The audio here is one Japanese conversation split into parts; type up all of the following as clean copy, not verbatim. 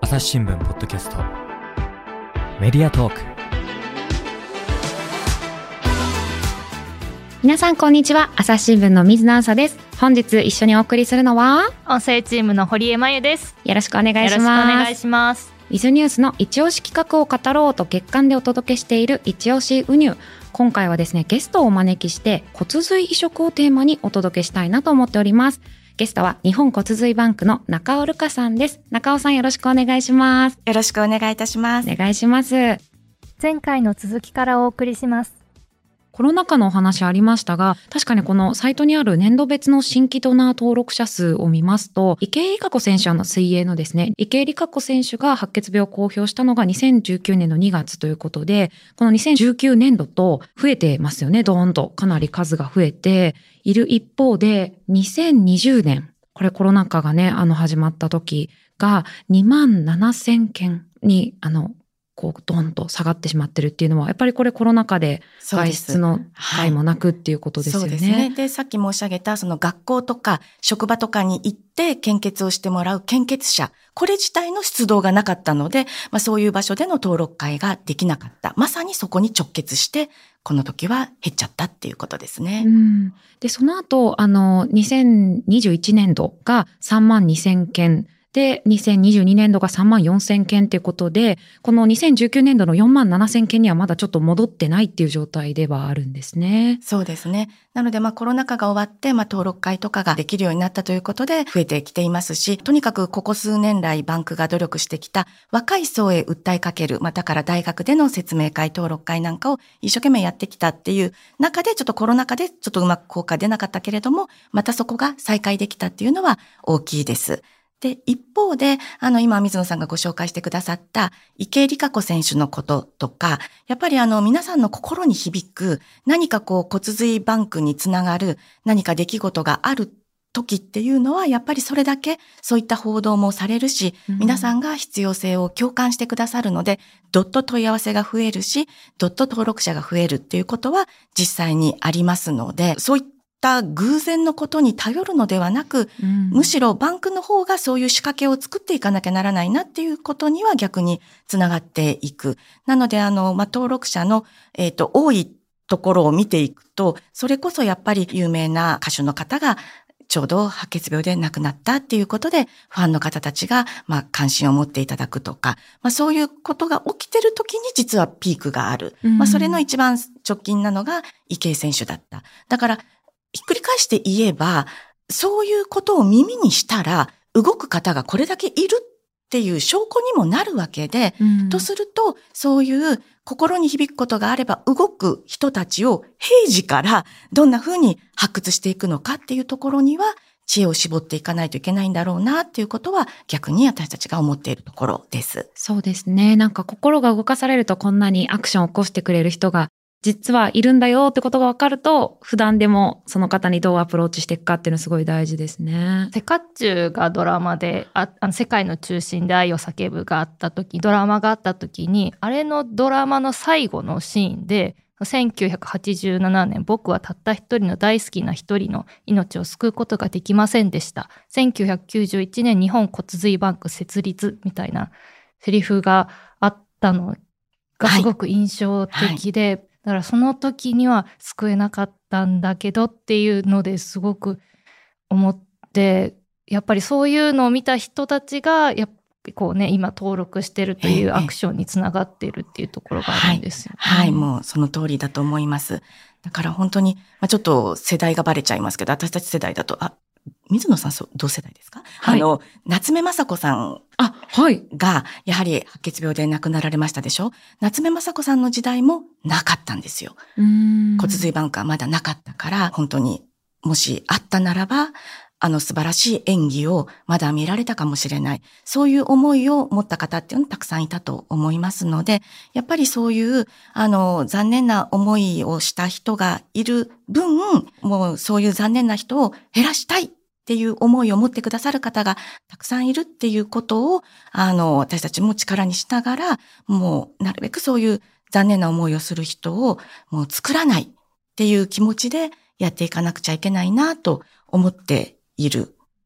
朝日新聞ポッドキャストメディアトーク。 皆さんこんにちは。朝日新聞の水野あさです。本日一緒にお送りするのは音声チームの堀江真由です。 よろしくお願いします。 よろしくお願いします。 ウィズニュースの一押し企画を語ろうと月間でお届けしている一押しウニュー。今回はですね、ゲストをお招きして骨髄移植をテーマにお届けしたいなと思っております。ゲストは日本骨髄バンクの中尾瑠香さんです。中尾さん、よろしくお願いします。 よろしくお願いいたします。 お願いします。 前回の続きからお送りします。 コロナ禍のお話ありましたが、確かにこのサイトにある年度別の新規ドナー登録者数を見ますと、池江璃花子選手水泳のですね、池江璃花子選手が白血病を公表したのが2019年の2月ということで、この2019年度と増えてますよね。ドーンとかなり数が増えている一方で、2020年、これコロナ禍がね、始まった時が27,000件にドンと下がってしまってるっていうのは、やっぱりこれコロナ禍で外出の機会もなくっていうことですよね。 そうですね。で、さっき申し上げたその学校とか職場とかに行って献血をしてもらう献血者、これ自体の出動がなかったので、そういう場所での登録会ができなかった。まさにそこに直結して、この時は減っちゃったっていうことですね。 で、その後、2021年度が32,000件。で、2022年度が34,000件ということで、この2019年度の47,000件にはまだちょっと戻ってないっていう状態ではあるんですね。 そうですね。なので、コロナ禍が終わって、登録会とかができるようになったということで増えてきていますし、とにかくここ数年来バンクが努力してきた若い層へ訴えかける、だから大学での説明会、登録会なんかを一生懸命やってきたっていう中で、ちょっとコロナ禍でちょっとうまく効果出なかったけれども、またそこが再開できたっていうのは大きいです。で、一方で、今、水野さんがご紹介してくださった池江璃花子選手のこととか、やっぱり皆さんの心に響く、何か骨髄バンクにつながる何か出来事がある時っていうのは、やっぱりそれだけそういった報道もされるし、皆さんが必要性を共感してくださるので、どっと問い合わせが増えるし、どっと登録者が増えるっていうことは実際にありますので、そういった偶然のことに頼るのではなく、むしろバンクの方がそういう仕掛けを作っていかなきゃならないなっていうことには逆につながっていく。なので登録者の多いところを見ていくと、それこそやっぱり有名な歌手の方がちょうど白血病で亡くなったっていうことで、ファンの方たちが関心を持っていただくとか、そういうことが起きてる時に実はピークがある。それの一番直近なのが池江選手だった。だからひっくり返して言えば、そういうことを耳にしたら、動く方がこれだけいるっていう証拠にもなるわけで、とすると、そういう心に響くことがあれば動く人たちを平時からどんな風に発掘していくのかっていうところには、知恵を絞っていかないといけないんだろうなっていうことは逆に私たちが思っているところです。 そうですね。なんか心が動かされるとこんなにアクションを起こしてくれる人が実はいるんだよってことが分かると、普段でもその方にどうアプローチしていくかっていうのすごい大事ですね。 セカッチュがドラマで世界の中心で愛を叫ぶがあった時、ドラマがあった時に、あれのドラマの最後のシーンで、1987年、僕はたった一人の大好きな一人の命を救うことができませんでした。1991年日本骨髄バンク設立みたいなセリフがあったのがすごく印象的で、だからその時には救えなかったんだけどっていうのですごく思って、やっぱりそういうのを見た人たちが今登録してるというアクションにつながっているっていうところがあるんですよね。 はい、もうその通りだと思います。だから本当に、ちょっと世代がバレちゃいますけど、私たち世代だと、水野さん同世代ですか？ はい、 夏目雅子さんがやはり白血病で亡くなられましたでしょ。夏目雅子さんの時代もなかったんですよ。骨髄バンクはまだなかったから、本当にもしあったならば素晴らしい演技をまだ見られたかもしれない。そういう思いを持った方っていうのたくさんいたと思いますので、やっぱりそういう残念な思いをした人がいる分、もうそういう残念な人を減らしたいっていう思いを持ってくださる方がたくさんいるっていうことを私たちも力にしながら、もうなるべくそういう残念な思いをする人をもう作らないっていう気持ちでやっていかなくちゃいけないなと思っている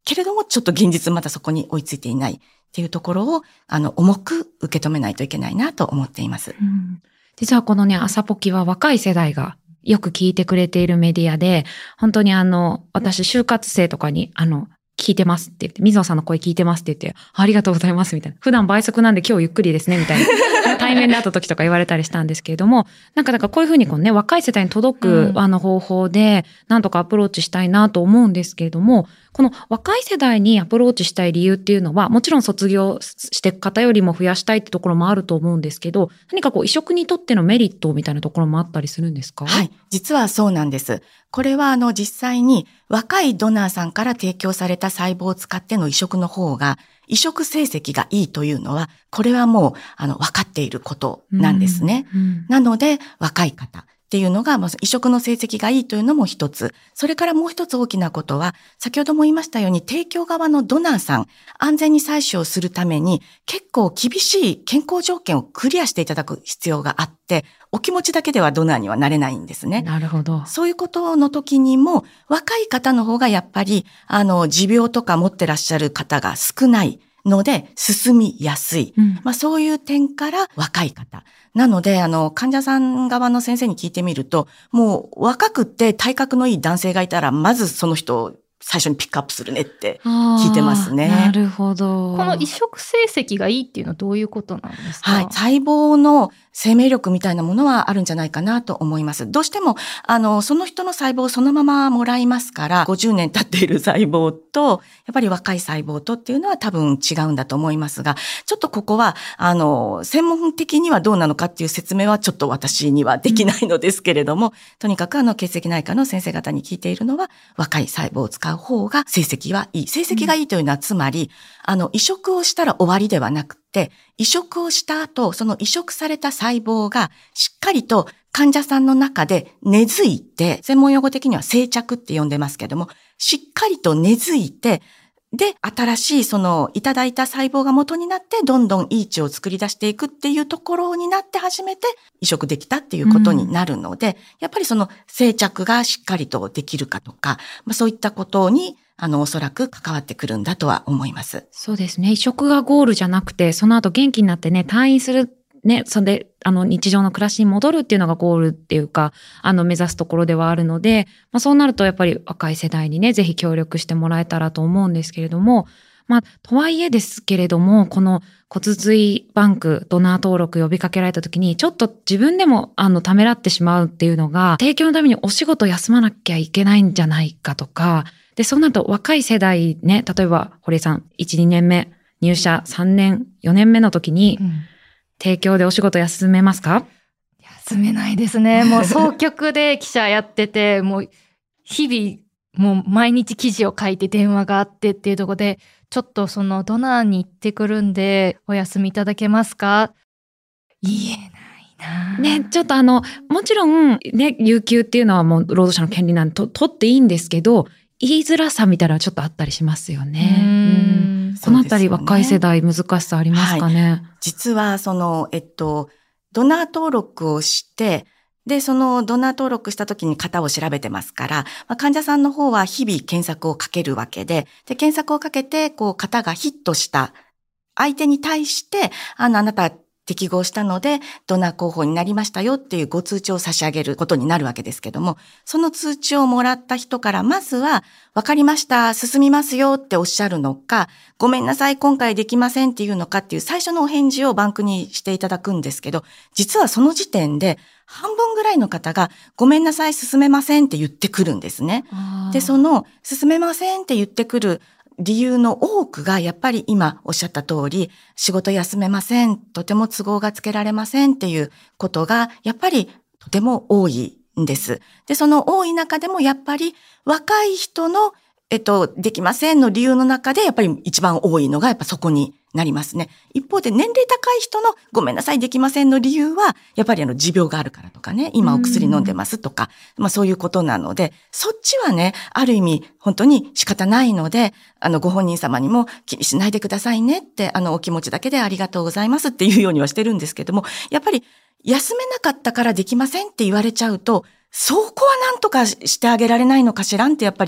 けれどもちょっと現実まだそこに追いついていないっていうところを、重く受け止めないといけないなと思っています。 実はこのね、朝ポキは若い世代がよく聞いてくれているメディアで、本当に私、就活生とかに、聞いてますって言って、水野さんの声聞いてますって言って、ありがとうございますみたいな。普段倍速なんで今日ゆっくりですねみたいな。対面で会った時とか言われたりしたんですけれども、なんかこういうふうにこうね、若い世代に届く、方法で、なんとかアプローチしたいなと思うんですけれども、この若い世代にアプローチしたい理由っていうのは、もちろん卒業していく方よりも増やしたいってところもあると思うんですけど、何かこう移植にとってのメリットみたいなところもあったりするんですか？ はい、実はそうなんです。これは実際に若いドナーさんから提供された細胞を使っての移植の方が、移植成績がいいというのは、これはもう分かっていることなんですね。なので、若い方っていうのが、移植の成績がいいというのも一つ。それからもう一つ大きなことは、先ほども言いましたように、提供側のドナーさん、安全に採取をするために、結構厳しい健康条件をクリアしていただく必要があって、お気持ちだけではドナーにはなれないんですね。 なるほど。 そういうことの時にも、若い方の方がやっぱり、持病とか持ってらっしゃる方が少ないので、進みやすい。そういう点から若い方。なので、患者さん側の先生に聞いてみると、もう若くって体格のいい男性がいたら、まずその人を最初にピックアップするねって聞いてますね。 なるほど。 この移植成績がいいっていうのはどういうことなんですか？ はい。細胞の生命力みたいなものはあるんじゃないかなと思います。どうしても、その人の細胞をそのままもらいますから、50年経っている細胞と、やっぱり若い細胞とっていうのは多分違うんだと思いますが、ちょっとここは、専門的にはどうなのかっていう説明はちょっと私にはできないのですけれども、とにかく血液内科の先生方に聞いているのは、若い細胞を使う方が成績はいい。成績がいいというのは、つまり、移植をしたら終わりではなくて、移植をした後、その移植された細胞がしっかりと患者さんの中で根付いて、専門用語的には生着って呼んでますけども、しっかりと根付いて、で、新しいいただいた細胞が元になって、どんどんいい血を作り出していくっていうところになって初めて移植できたっていうことになるので、やっぱり生着がしっかりとできるかとか、そういったことに、おそらく関わってくるんだとは思います。 そうですね。移植がゴールじゃなくて、その後元気になってね、退院する。ね、それで、日常の暮らしに戻るっていうのがゴールっていうか、目指すところではあるので、そうなるとやっぱり若い世代にね、ぜひ協力してもらえたらと思うんですけれども、とはいえですけれども、この骨髄バンクドナー登録呼びかけられた時に、ちょっと自分でもためらってしまうっていうのが、提供のためにお仕事休まなきゃいけないんじゃないかとか、で、そうなると若い世代ね、例えば堀江さん、1、2年目、入社3年、4年目の時に、提供でお仕事休めますか？ 休めないですね。もう総局で記者やってて、もう日々、もう毎日記事を書いて電話があってっていうところで、ちょっとドナーに行ってくるんで、お休みいただけますか？言えないな。 ね、ちょっともちろんね、有給っていうのはもう労働者の権利なんで取っていいんですけど、言いづらさみたいなのはちょっとあったりしますよね。このあたり若い世代難しさありますかね。 はい、実はドナー登録をして、で、ドナー登録した時に型を調べてますから、患者さんの方は日々検索をかけるわけで、検索をかけて、型がヒットした相手に対して、あなた適合したので、ドナー候補になりましたよっていうご通知を差し上げることになるわけですけども、その通知をもらった人からまずは、わかりました、進みますよっておっしゃるのか、ごめんなさい、今回できませんっていうのかっていう最初のお返事をバンクにしていただくんですけど、実はその時点で半分ぐらいの方が、ごめんなさい、進めませんって言ってくるんですね。で、進めませんって言ってくる理由の多くがやっぱり今おっしゃった通り、仕事休めません、とても都合がつけられませんっていうことがやっぱりとても多いんです。で、その多い中でもやっぱり若い人のできませんの理由の中でやっぱり一番多いのがやっぱそこになりますね。一方で年齢高い人のごめんなさいできませんの理由はやっぱり持病があるからとかね、今お薬飲んでますとか、そういうことなので、そっちはね、ある意味本当に仕方ないので、ご本人様にも気にしないでくださいねって、お気持ちだけでありがとうございますっていうようにはしてるんですけども、やっぱり休めなかったからできませんって言われちゃうと、そこはなんとかしてあげられないのかしらんってやっぱり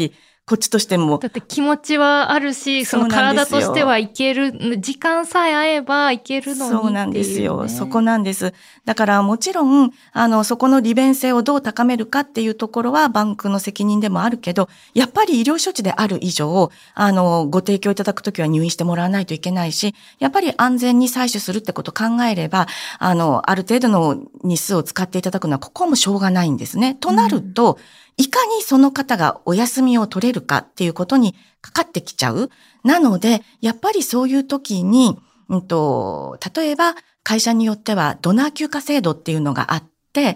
こっちとしても。 だって気持ちはあるし、その体としてはいける、時間さえ合えばいけるのにっていう、ね。 そうなんですよ。そこなんです。だからもちろん、そこの利便性をどう高めるかっていうところはバンクの責任でもあるけど、やっぱり医療処置である以上、ご提供いただくときは入院してもらわないといけないし、やっぱり安全に採取するってことを考えれば、ある程度の日数を使っていただくのは、ここもしょうがないんですね。となると、いかにその方がお休みを取れるかっていうことにかかってきちゃう。なので、やっぱりそういう時に、例えば会社によってはドナー休暇制度っていうのがあって、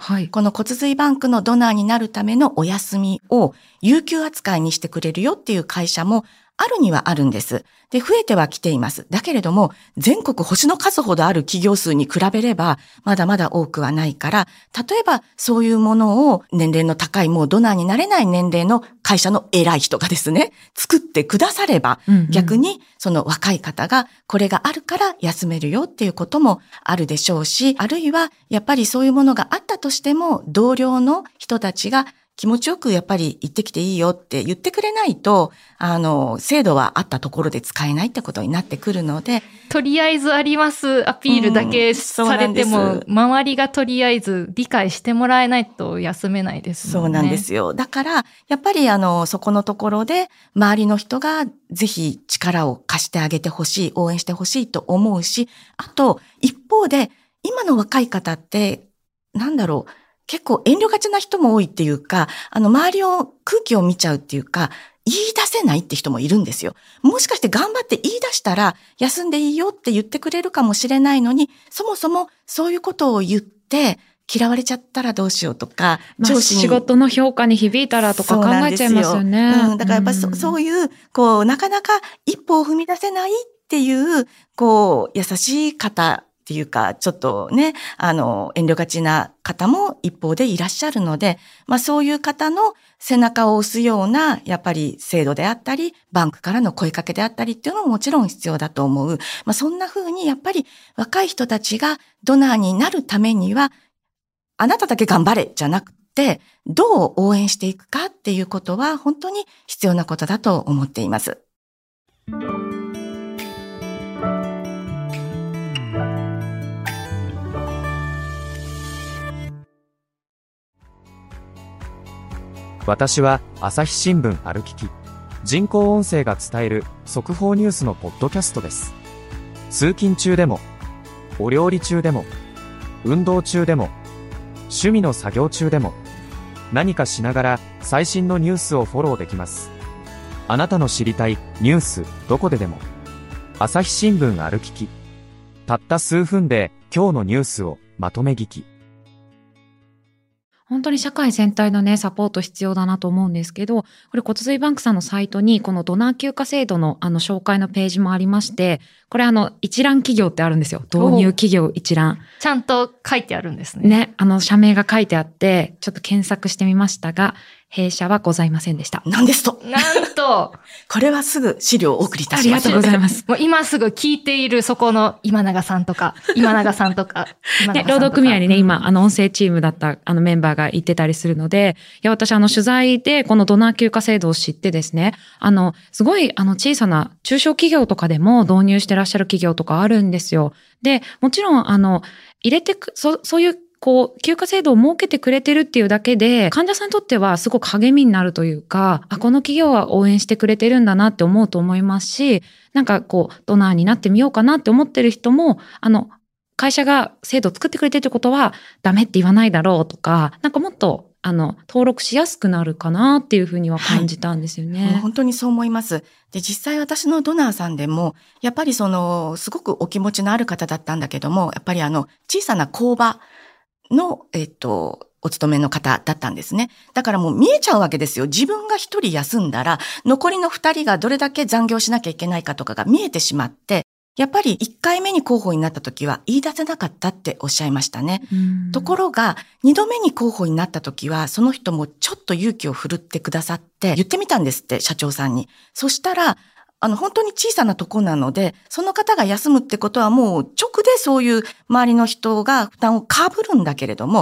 はい、 この骨髄バンクのドナーになるためのお休みを有給扱いにしてくれるよっていう会社もあるにはあるんです。で、増えてはきています。だけれども、全国星の数ほどある企業数に比べれば、まだまだ多くはないから、例えばそういうものを年齢の高い、もうドナーになれない年齢の会社の偉い人がですね、作ってくだされば、逆にその若い方がこれがあるから休めるよっていうこともあるでしょうし、あるいはやっぱりそういうものがあったとしても、同僚の人たちが気持ちよくやっぱり行ってきていいよって言ってくれないと、制度はあったところで使えないってことになってくるので。 とりあえずありますアピールだけされても、周りがとりあえず理解してもらえないと休めないですもんね。 そうなんですよ。だから、やっぱりそこのところで、周りの人がぜひ力を貸してあげてほしい、応援してほしいと思うし、あと、一方で、今の若い方って、結構遠慮がちな人も多いっていうか、周りを空気を見ちゃうっていうか、言い出せないって人もいるんですよ。もしかして頑張って言い出したら、休んでいいよって言ってくれるかもしれないのに、そもそもそういうことを言って、嫌われちゃったらどうしようとか、 上司に仕事の評価に響いたらとか考えちゃいますよね。 だからやっぱりそういう、なかなか一歩を踏み出せないっていう、優しい方、っていうか、ちょっとね、遠慮がちな方も一方でいらっしゃるので、そういう方の背中を押すような、やっぱり制度であったり、バンクからの声かけであったりっていうのももちろん必要だと思う。そんな風にやっぱり若い人たちがドナーになるためには、あなただけ頑張れじゃなくて、どう応援していくかっていうことは本当に必要なことだと思っています。 私は朝日新聞ある聞き、人工音声が伝える速報ニュースのポッドキャストです。通勤中でも、お料理中でも、運動中でも、趣味の作業中でも、何かしながら最新のニュースをフォローできます。あなたの知りたいニュースどこででも、朝日新聞ある聞き、たった数分で今日のニュースをまとめ聞き。 本当に社会全体のね、サポート必要だなと思うんですけど、これ骨髄バンクさんのサイトに、このドナー休暇制度の紹介のページもありまして、これ一覧企業ってあるんですよ。導入企業一覧。 ちゃんと書いてあるんですね。 ね、社名が書いてあって、ちょっと検索してみましたが、弊社はございませんでした。 なんですと。 なんと。 これはすぐ資料をお送りいたします。 ありがとうございます。 もう今すぐ聞いているそこの今永さんとか、今永さんとか。 ね、労働組合にね、今、音声チームだったメンバーが言ってたりするので、いや、私取材でこのドナー休暇制度を知ってですね、すごい小さな中小企業とかでも導入してらっしゃる企業とかあるんですよ。で、もちろん入れてそういう休暇制度を設けてくれてるっていうだけで、患者さんにとってはすごく励みになるというか、この企業は応援してくれてるんだなって思うと思いますし、ドナーになってみようかなって思ってる人も、会社が制度を作ってくれてるってことは、ダメって言わないだろうとか、もっと、登録しやすくなるかなっていうふうには感じたんですよね。 はい、本当にそう思います。で、実際私のドナーさんでも、やっぱりすごくお気持ちのある方だったんだけども、やっぱり小さな工場の、お勤めの方だったんですね。だからもう見えちゃうわけですよ。自分が一人休んだら、残りの二人がどれだけ残業しなきゃいけないかとかが見えてしまって、やっぱり1回目に候補になった時は言い出せなかったっておっしゃいましたね。ところが2度目に候補になった時はその人もちょっと勇気を振るってくださって言ってみたんですって、社長さんに。そしたら本当に小さなとこなので、その方が休むってことはもう直でそういう周りの人が負担をかぶるんだけれども、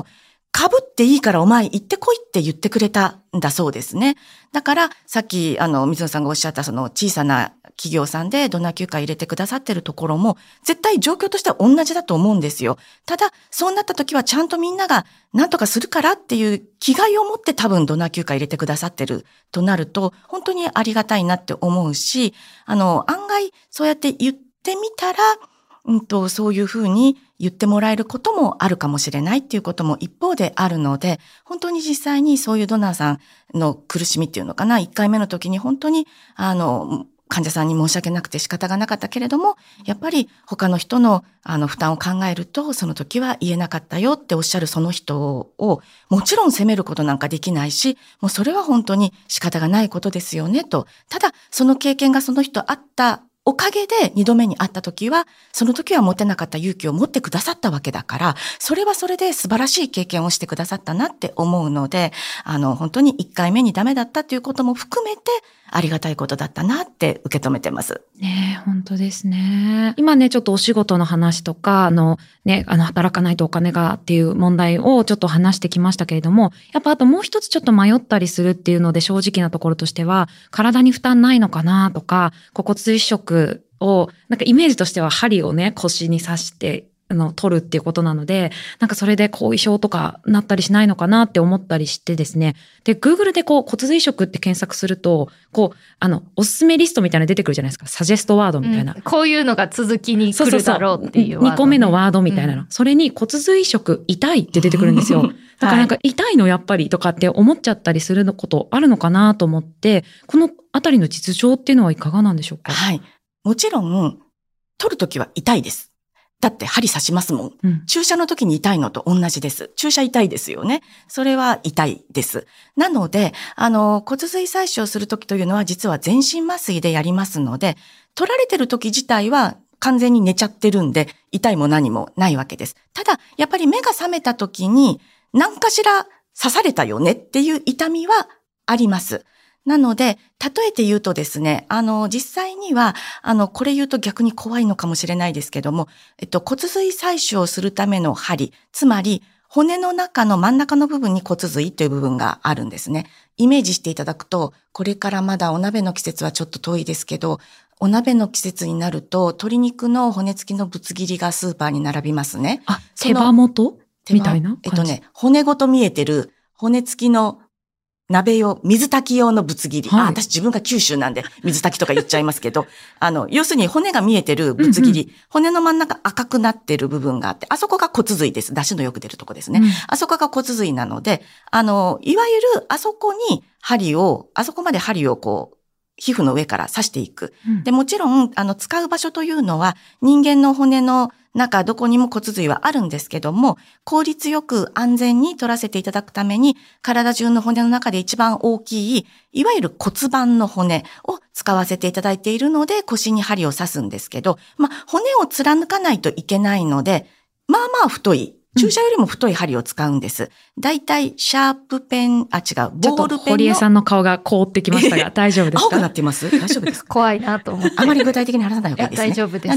被っていいからお前行ってこいって言ってくれたんだそうですね。だから、さっき、水野さんがおっしゃったその小さな企業さんでドナー休暇入れてくださってるところも、絶対状況としては同じだと思うんですよ。ただ、そうなった時はちゃんとみんなが何とかするからっていう気概を持って多分ドナー休暇入れてくださってるとなると、本当にありがたいなって思うし、案外そうやって言ってみたら、そういうふうに言ってもらえることもあるかもしれないっていうことも一方であるので、本当に実際にそういうドナーさんの苦しみっていうのかな、1回目の時に本当に、患者さんに申し訳なくて仕方がなかったけれども、やっぱり他の人の負担を考えると、その時は言えなかったよっておっしゃるその人を、もちろん責めることなんかできないし、もうそれは本当に仕方がないことですよねと。ただ、その経験がその人あったおかげで2度目に会った時は、その時は持てなかった勇気を持ってくださったわけだから、それはそれで素晴らしい経験をしてくださったなって思うので、本当に1回目にダメだったということも含めて、ありがたいことだったなって受け止めてます。 ねえ、本当ですね。今ね、ちょっとお仕事の話とか、働かないとお金がっていう問題をちょっと話してきましたけれども、やっぱあともう一つちょっと迷ったりするっていうので正直なところとしては、体に負担ないのかなとか、骨髄移植を、なんかイメージとしては針をね、腰に刺して、取るっていうことなので、なんかそれで後遺症とかなったりしないのかなって思ったりしてですね。で、Google で骨髄移植って検索すると、おすすめリストみたいなの出てくるじゃないですか。サジェストワードみたいな。 こういうのが続きに来るだろうっていうワード、ね。 2個目のワードみたいなの。それに骨髄移植痛いって出てくるんですよ。だからなんか痛いのやっぱりとかって思っちゃったりすることあるのかなと思って、このあたりの実情っていうのはいかがなんでしょうか？ はい。もちろん、取るときは痛いです。だって針刺しますもん。注射の時に痛いのと同じです。注射痛いですよね。それは痛いです。なので、骨髄採取をする時というのは実は全身麻酔でやりますので、取られてる時自体は完全に寝ちゃってるんで、痛いも何もないわけです。ただ、やっぱり目が覚めた時に何かしら刺されたよねっていう痛みはあります。なので、例えて言うとですね、実際には、これ言うと逆に怖いのかもしれないですけども、骨髄採取をするための針、つまり、骨の中の真ん中の部分に骨髄という部分があるんですね。イメージしていただくと、これからまだお鍋の季節はちょっと遠いですけど、お鍋の季節になると、鶏肉の骨付きのぶつ切りがスーパーに並びますね。 手羽元みたいな感じ。 骨ごと見えてる骨付きの鍋用、水炊き用のぶつ切り。はい、私自分が九州なんで水炊きとか言っちゃいますけど、要するに骨が見えてるぶつ切り、骨の真ん中赤くなってる部分があって、あそこが骨髄です。出汁のよく出るとこですね。あそこが骨髄なので、いわゆるあそこにあそこまで針を皮膚の上から刺していく。で、もちろん、使う場所というのは、人間の骨の中、どこにも骨髄はあるんですけども、効率よく安全に取らせていただくために、体中の骨の中で一番大きい、いわゆる骨盤の骨を使わせていただいているので、腰に針を刺すんですけど、骨を貫かないといけないので、まあまあ太い。注射よりも太い針を使うんです。だいたいシャープペン、ボールペンの。 ちょっと堀江さんの顔が凍ってきましたが、大丈夫ですか？ 青くなってます？大丈夫ですか？ 怖いなと思って。 あまり具体的に話さない方がいいですね。 大丈夫です。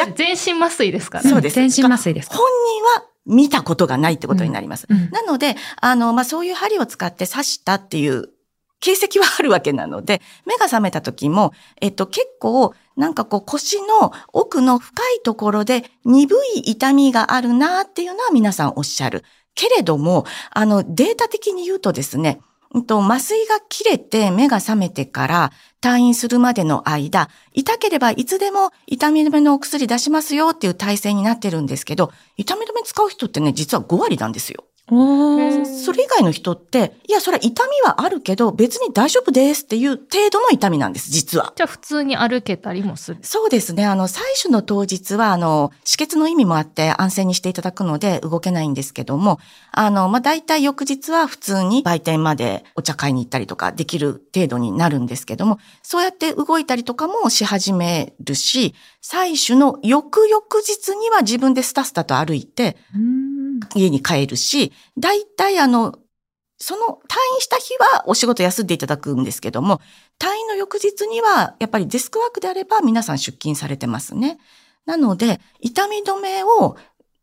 全身麻酔ですからね。 そうです。全身麻酔です。 本人は見たことがないってことになります。なので、そういう針を使って刺したっていう形跡はあるわけなので、目が覚めた時も、結構、腰の奥の深いところで鈍い痛みがあるなっていうのは皆さんおっしゃる。けれども、データ的に言うとですね、麻酔が切れて目が覚めてから退院するまでの間、痛ければいつでも痛み止めのお薬出しますよっていう体制になってるんですけど、痛み止め使う人ってね、実は5割なんですよ。それ以外の人って、いや、それは痛みはあるけど、別に大丈夫ですっていう程度の痛みなんです、実は。 じゃあ普通に歩けたりもする？ そうですね。採取の当日は、止血の意味もあって安静にしていただくので動けないんですけども、大体翌日は普通に売店までお茶買いに行ったりとかできる程度になるんですけども、そうやって動いたりとかもし始めるし、採取の翌々日には自分でスタスタと歩いて、家に帰るし、だいたいその退院した日はお仕事休んでいただくんですけども、退院の翌日にはやっぱりデスクワークであれば皆さん出勤されてますね。なので、痛み止めを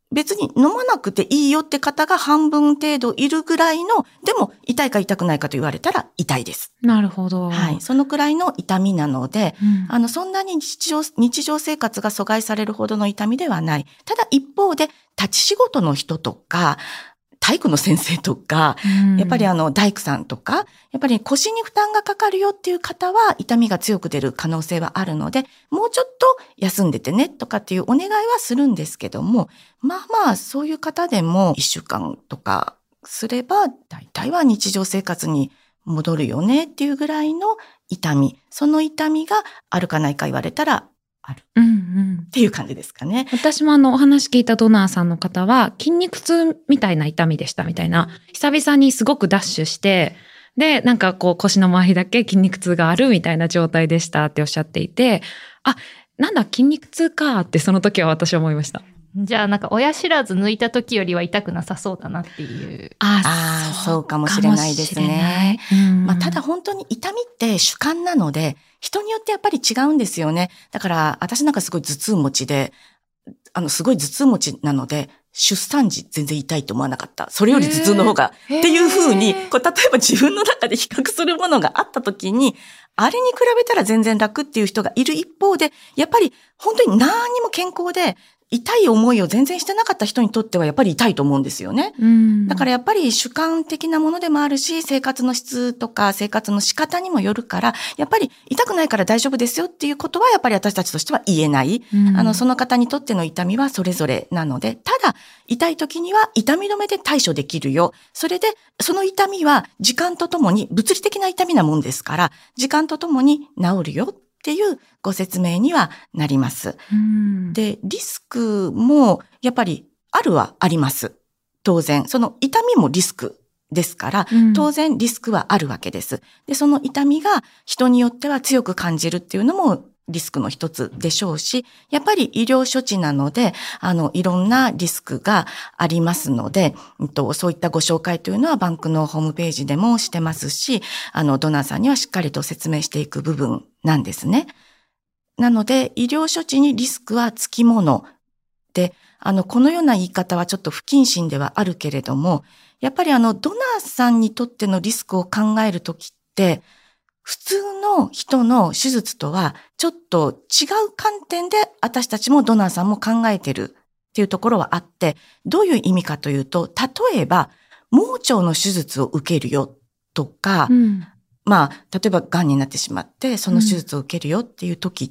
別に飲まなくていいよって方が半分程度いるぐらいの、でも痛いか痛くないかと言われたら痛いです。 なるほど。 はい。そのくらいの痛みなので、そんなに日常生活が阻害されるほどの痛みではない。ただ一方で、立ち仕事の人とか、体育の先生とか、やっぱり大工さんとか、やっぱり腰に負担がかかるよっていう方は痛みが強く出る可能性はあるので、もうちょっと休んでてねとかっていうお願いはするんですけども、そういう方でも1週間とかすれば大体は日常生活に戻るよねっていうぐらいの痛み。その痛みがあるかないか言われたらある。っていう感じですかね。 私もお話聞いたドナーさんの方は筋肉痛みたいな痛みでしたみたいな、久々にすごくダッシュして、で、なんか腰の周りだけ筋肉痛があるみたいな状態でしたっておっしゃっていて、なんだ筋肉痛かってその時は私は思いました。 じゃあなんか親知らず抜いた時よりは痛くなさそうだなっていう。 そうかもしれないですね。ただ本当に痛みって主観なので、人によってやっぱり違うんですよね。だから私なんかすごい頭痛持ちで、すごい頭痛持ちなので、出産時全然痛いと思わなかった。それより頭痛の方が。っていう風に、例えば自分の中で比較するものがあった時に、あれに比べたら全然楽っていう人がいる一方で、やっぱり本当に何にも健康で、痛い思いを全然してなかった人にとってはやっぱり痛いと思うんですよね。だからやっぱり主観的なものでもあるし、生活の質とか生活の仕方にもよるから、やっぱり痛くないから大丈夫ですよっていうことはやっぱり私たちとしては言えない。その方にとっての痛みはそれぞれなので、ただ痛い時には痛み止めで対処できるよ。それでその痛みは時間とともに物理的な痛みなもんですから、時間とともに治るよっていうご説明にはなります。で、リスクもやっぱりあるはあります。当然。その痛みもリスクですから、当然リスクはあるわけです。で、その痛みが人によっては強く感じるっていうのもリスクの一つでしょうし、やっぱり医療処置なので、いろんなリスクがありますので、そういったご紹介というのはバンクのホームページでもしてますし、ドナーさんにはしっかりと説明していく部分なんですね。なので、医療処置にリスクはつきもので、このような言い方はちょっと不謹慎ではあるけれども、やっぱりドナーさんにとってのリスクを考えるときって、普通の人の手術とはちょっと違う観点で私たちもドナーさんも考えてるっていうところはあって、どういう意味かというと、例えば盲腸の手術を受けるよとか、例えば癌になってしまってその手術を受けるよっていう時って、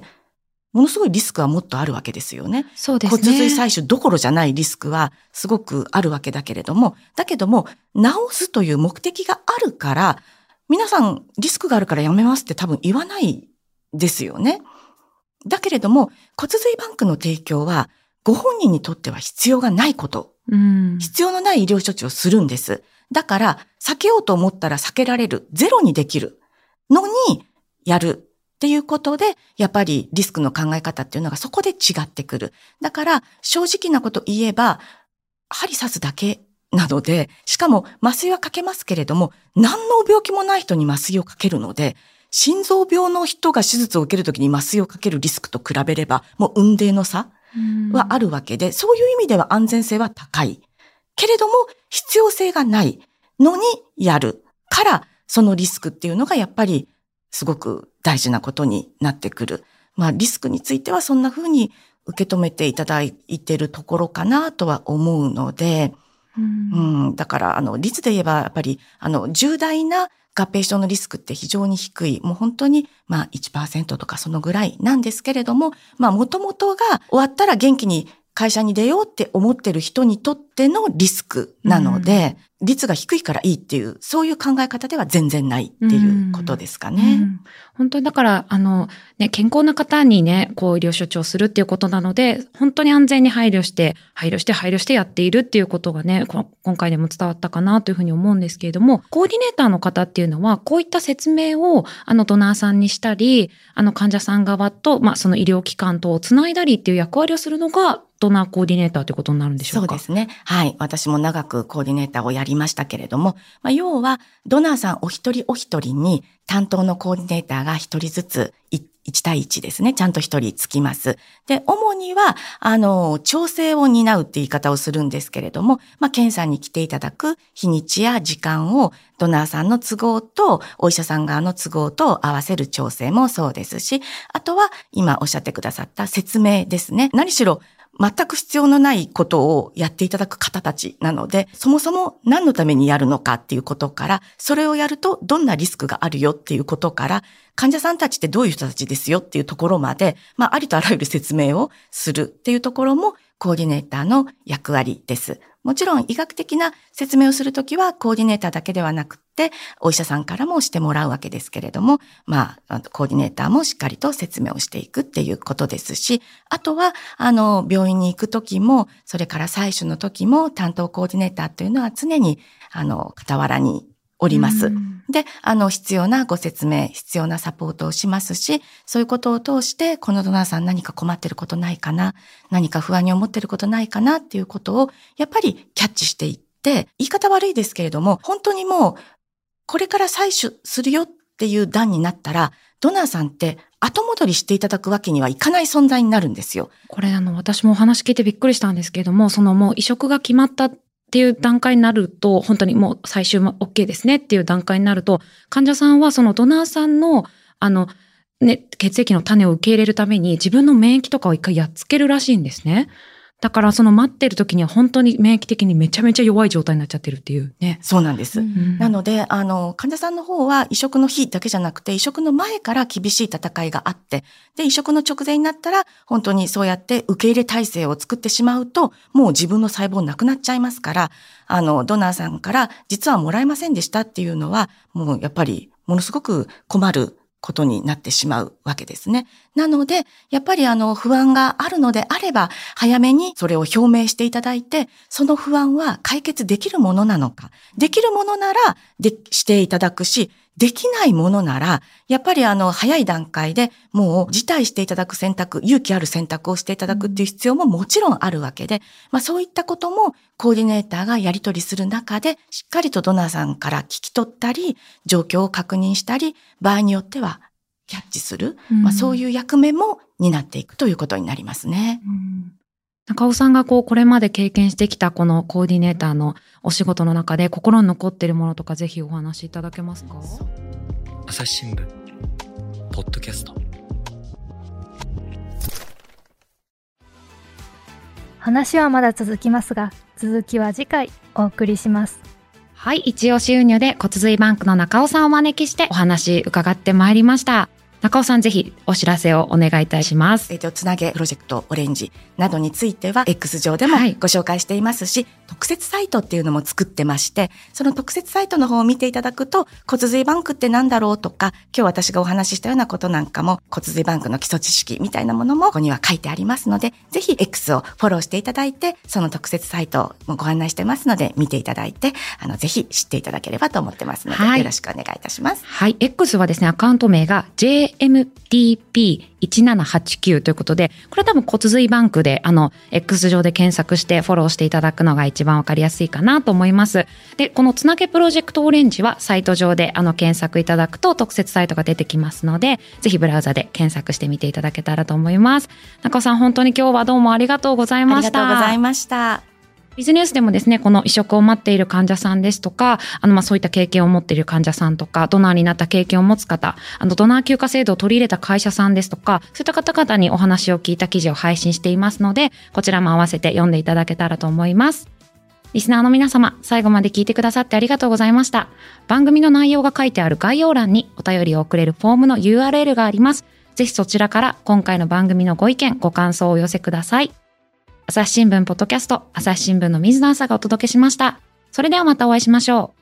ものすごいリスクはもっとあるわけですよね。 そうですね。 骨髄採取どころじゃないリスクはすごくあるわけだけれども、治すという目的があるから、皆さんリスクがあるからやめますって多分言わないですよね。だけれども骨髄バンクの提供はご本人にとっては必要がないこと、必要のない医療処置をするんです。だから避けようと思ったら避けられる、ゼロにできるのにやるっていうことで、やっぱりリスクの考え方っていうのがそこで違ってくる。だから正直なこと言えば針刺すだけなので、しかも麻酔はかけますけれども、何の病気もない人に麻酔をかけるので、心臓病の人が手術を受けるときに麻酔をかけるリスクと比べれば、もう雲泥の差はあるわけで、そういう意味では安全性は高い。けれども、必要性がないのにやるから、そのリスクっていうのがやっぱりすごく大事なことになってくる。リスクについてはそんな風に受け止めていただいているところかなとは思うので、だから率で言えばやっぱり重大な合併症のリスクって非常に低い、もう本当に1% とかそのぐらいなんですけれども、元々が終わったら元気に会社に出ようって思ってる人にとってのリスクなので、率が低いからいいっていう、そういう考え方では全然ないっていうことですかね。 本当にだから健康な方にね、医療処置をするっていうことなので、本当に安全に配慮してやっているっていうことがね、今回でも伝わったかなというふうに思うんですけれども、コーディネーターの方っていうのはこういった説明をドナーさんにしたり、患者さん側とその医療機関とをつないだりっていう役割をするのがドナーコーディネーターということになるんでしょうか？ そうですね。はい。私も長くコーディネーターをやりましたけれども、要はドナーさんお一人お一人に担当のコーディネーターが一人ずつい 1対1ですね。ちゃんと1人つきます。で、主には、調整を担うって言い方をするんですけれども、検査に来ていただく日にちや時間をドナーさんの都合とお医者さん側の都合と合わせる調整もそうですし、あとは今おっしゃってくださった説明ですね。何しろ全く必要のないことをやっていただく方たちなので、そもそも何のためにやるのかっていうことから、それをやるとどんなリスクがあるよっていうことから、患者さんたちってどういう人たちですよっていうところまで、ありとあらゆる説明をするっていうところもコーディネーターの役割です。もちろん医学的な説明をするときはコーディネーターだけではなくて、お医者さんからもしてもらうわけですけれども、コーディネーターもしっかりと説明をしていくっていうことですし、あとは、病院に行くときも、それから採取のときも、担当コーディネーターというのは常に、傍らにおります。で、必要なご説明、必要なサポートをしますし、そういうことを通して、このドナーさん何か困ってることないかな、何か不安に思ってることないかなっていうことを、やっぱりキャッチしていって、言い方悪いですけれども、本当にもう、これから採取するよっていう段になったら、ドナーさんって後戻りしていただくわけにはいかない存在になるんですよ。 これ私もお話聞いてびっくりしたんですけれども、もう移植が決まったっていう段階になると、本当にもう最終も OK ですねっていう段階になると、患者さんはそのドナーさんの、血液の種を受け入れるために自分の免疫とかを一回やっつけるらしいんですね。だから待ってる時には本当に免疫的にめちゃめちゃ弱い状態になっちゃってるっていうね。 そうなんです。なので、患者さんの方は移植の日だけじゃなくて、移植の前から厳しい戦いがあって、で、移植の直前になったら、本当にそうやって受け入れ体制を作ってしまうと、もう自分の細胞なくなっちゃいますから、ドナーさんから実はもらえませんでしたっていうのは、もうやっぱりものすごく困ることになってしまうわけですね。なので、やっぱり不安があるのであれば、早めにそれを表明していただいて、その不安は解決できるものなのか、できるものならしていただくし、できないものなら、やっぱり早い段階でもう辞退していただく選択、勇気ある選択をしていただくっていう必要ももちろんあるわけで、そういったこともコーディネーターがやり取りする中で、しっかりとドナーさんから聞き取ったり、状況を確認したり、場合によってはキャッチする、そういう役目も担っていくということになりますね。 中尾さんがこれまで経験してきたこのコーディネーターのお仕事の中で心に残っているものとかぜひお話しいただけますか？ 朝日新聞ポッドキャスト。 話はまだ続きますが、続きは次回お送りします。 はい、一押し輸入で骨髄バンクの中尾さんをお招きしてお話伺ってまいりました。中尾さん、ぜひお知らせをお願いいたします。 つなげプロジェクトオレンジなどについては X 上でもご紹介していますし、特設サイトっていうのも作ってまして、その特設サイトの方を見ていただくと、骨髄バンクってなんだろうとか、今日私がお話ししたようなことなんかも、骨髄バンクの基礎知識みたいなものもここには書いてありますので、ぜひ X をフォローしていただいて、その特設サイトもご案内してますので、見ていただいて、ぜひ知っていただければと思ってますので、よろしくお願いいたします。 はい、X はですね、アカウント名が JMTP1789 ということで、これ多分骨髄バンクでX 上で検索してフォローしていただくのが一番わかりやすいかなと思います。で、このつなげプロジェクトオレンジはサイト上で検索いただくと特設サイトが出てきますので、ぜひブラウザで検索してみていただけたらと思います。中尾さん、本当に今日はどうもありがとうございました。 ありがとうございました。 ビズニュースでもですね、この移植を待っている患者さんですとか、そういった経験を持っている患者さんとか、ドナーになった経験を持つ方、ドナー休暇制度を取り入れた会社さんですとか、そういった方々にお話を聞いた記事を配信していますので、こちらも合わせて読んでいただけたらと思います。リスナーの皆様、最後まで聞いてくださってありがとうございました。番組の内容が書いてある概要欄にお便りを送れるフォームの URL があります。ぜひそちらから今回の番組のご意見、ご感想をお寄せください。朝日新聞ポッドキャスト、朝日新聞の水野朝がお届けしました。それではまたお会いしましょう。